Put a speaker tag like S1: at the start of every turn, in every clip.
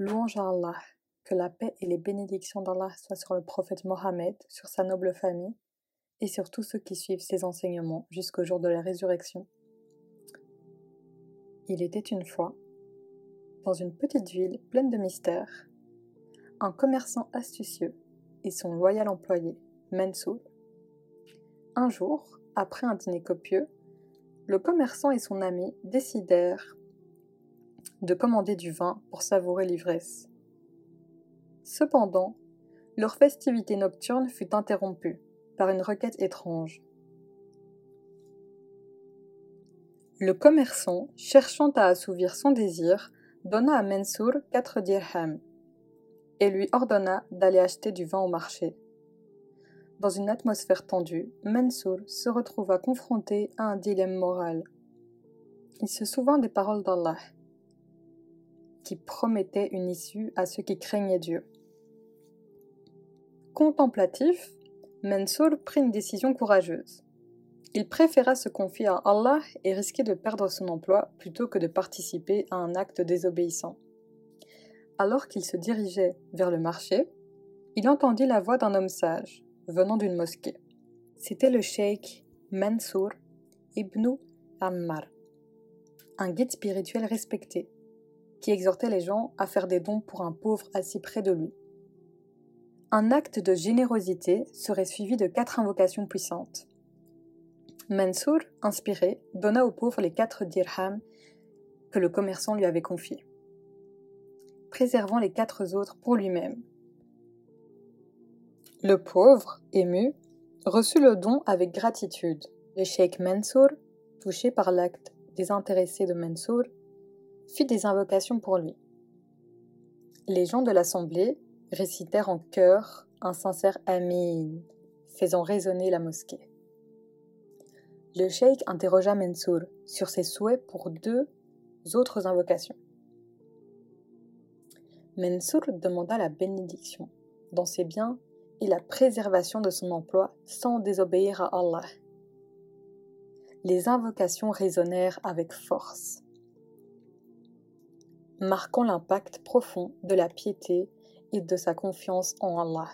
S1: Louange à Allah, que la paix et les bénédictions d'Allah soient sur le prophète Mohammed, sur sa noble famille, et sur tous ceux qui suivent ses enseignements jusqu'au jour de la résurrection. Il était une fois, dans une petite ville pleine de mystères, un commerçant astucieux et son loyal employé, Mansour. Un jour, après un dîner copieux, le commerçant et son ami décidèrent de commander du vin pour savourer l'ivresse. Cependant, leur festivité nocturne fut interrompue par une requête étrange. Le commerçant, cherchant à assouvir son désir, donna à Mansour 4 dirhams et lui ordonna d'aller acheter du vin au marché. Dans une atmosphère tendue, Mansour se retrouva confronté à un dilemme moral. Il se souvint des paroles d'Allah, qui promettaient une issue à ceux qui craignaient Dieu. Contemplatif, Mansour prit une décision courageuse. Il préféra se confier à Allah et risquer de perdre son emploi plutôt que de participer à un acte désobéissant. Alors qu'il se dirigeait vers le marché, il entendit la voix d'un homme sage, venant d'une mosquée. C'était le cheikh Mansour ibn Ammar, un guide spirituel respecté, qui exhortait les gens à faire des dons pour un pauvre assis près de lui. Un acte de générosité serait suivi de 4 invocations puissantes. Mansour, inspiré, donna au pauvre les 4 dirhams que le commerçant lui avait confiés, préservant les 4 autres pour lui-même. Le pauvre, ému, reçut le don avec gratitude. Le cheikh Mansour, touché par l'acte désintéressé de Mansour, fit des invocations pour lui. Les gens de l'assemblée récitèrent en chœur un sincère Amin, faisant résonner la mosquée. Le cheikh interrogea Mansour sur ses souhaits pour 2 autres invocations. Mansour demanda la bénédiction dans ses biens et la préservation de son emploi sans désobéir à Allah. Les invocations résonnèrent avec force, marquant l'impact profond de la piété et de sa confiance en Allah.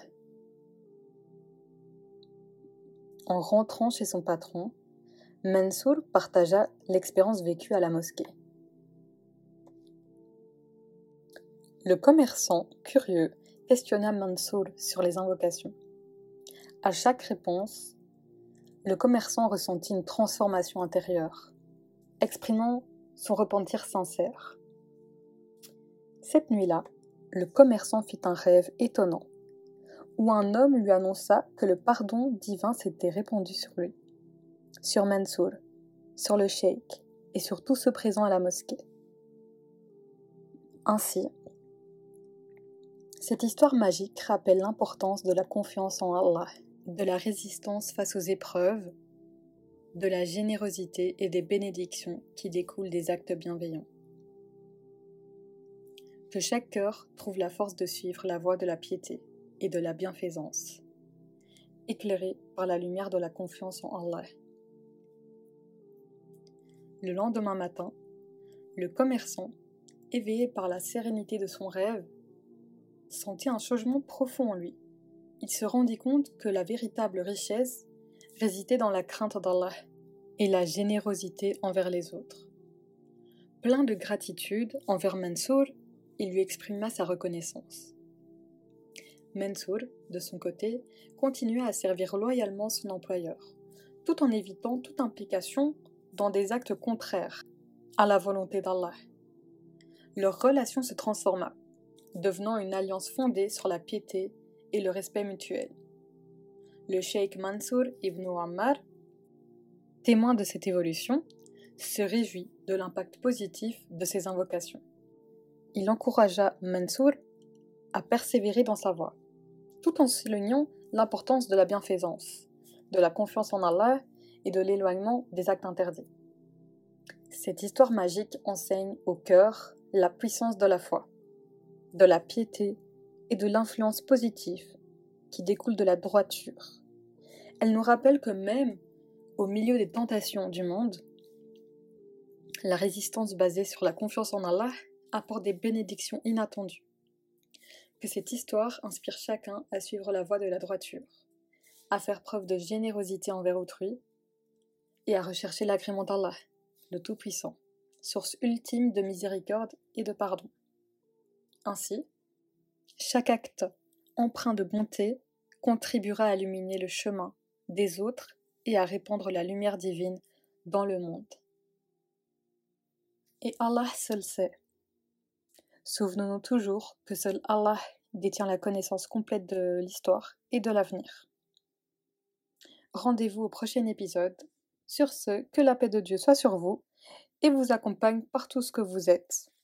S1: En rentrant chez son patron, Mansour partagea l'expérience vécue à la mosquée. Le commerçant, curieux, questionna Mansour sur les invocations. À chaque réponse, le commerçant ressentit une transformation intérieure, exprimant son repentir sincère. Cette nuit-là, le commerçant fit un rêve étonnant, où un homme lui annonça que le pardon divin s'était répandu sur lui, sur Mansour, sur le cheikh et sur tous ceux présents à la mosquée. Ainsi, cette histoire magique rappelle l'importance de la confiance en Allah, de la résistance face aux épreuves, de la générosité et des bénédictions qui découlent des actes bienveillants. Que chaque cœur trouve la force de suivre la voie de la piété et de la bienfaisance, éclairé par la lumière de la confiance en Allah. Le lendemain matin, le commerçant, éveillé par la sérénité de son rêve, sentit un changement profond en lui. Il se rendit compte que la véritable richesse résidait dans la crainte d'Allah et la générosité envers les autres. Plein de gratitude envers Mansour, il lui exprima sa reconnaissance. Mansour, de son côté, continua à servir loyalement son employeur, tout en évitant toute implication dans des actes contraires à la volonté d'Allah. Leur relation se transforma, devenant une alliance fondée sur la piété et le respect mutuel. Le cheikh Mansour ibn Ammar, témoin de cette évolution, se réjouit de l'impact positif de ces invocations. Il encouragea Mansour à persévérer dans sa voie, tout en soulignant l'importance de la bienfaisance, de la confiance en Allah et de l'éloignement des actes interdits. Cette histoire magique enseigne au cœur la puissance de la foi, de la piété et de l'influence positive qui découle de la droiture. Elle nous rappelle que même au milieu des tentations du monde, la résistance basée sur la confiance en Allah apporte des bénédictions inattendues que cette histoire inspire chacun à suivre la voie de la droiture, à faire preuve de générosité envers autrui et à rechercher l'agrément d'Allah, le Tout-Puissant, source ultime de miséricorde et de pardon. Ainsi, chaque acte empreint de bonté contribuera à illuminer le chemin des autres et à répandre la lumière divine dans le monde. Et Allah seul sait. Souvenons-nous toujours que seul Allah détient la connaissance complète de l'histoire et de l'avenir. Rendez-vous au prochain épisode. Sur ce, que la paix de Dieu soit sur vous et vous accompagne par tout ce que vous êtes.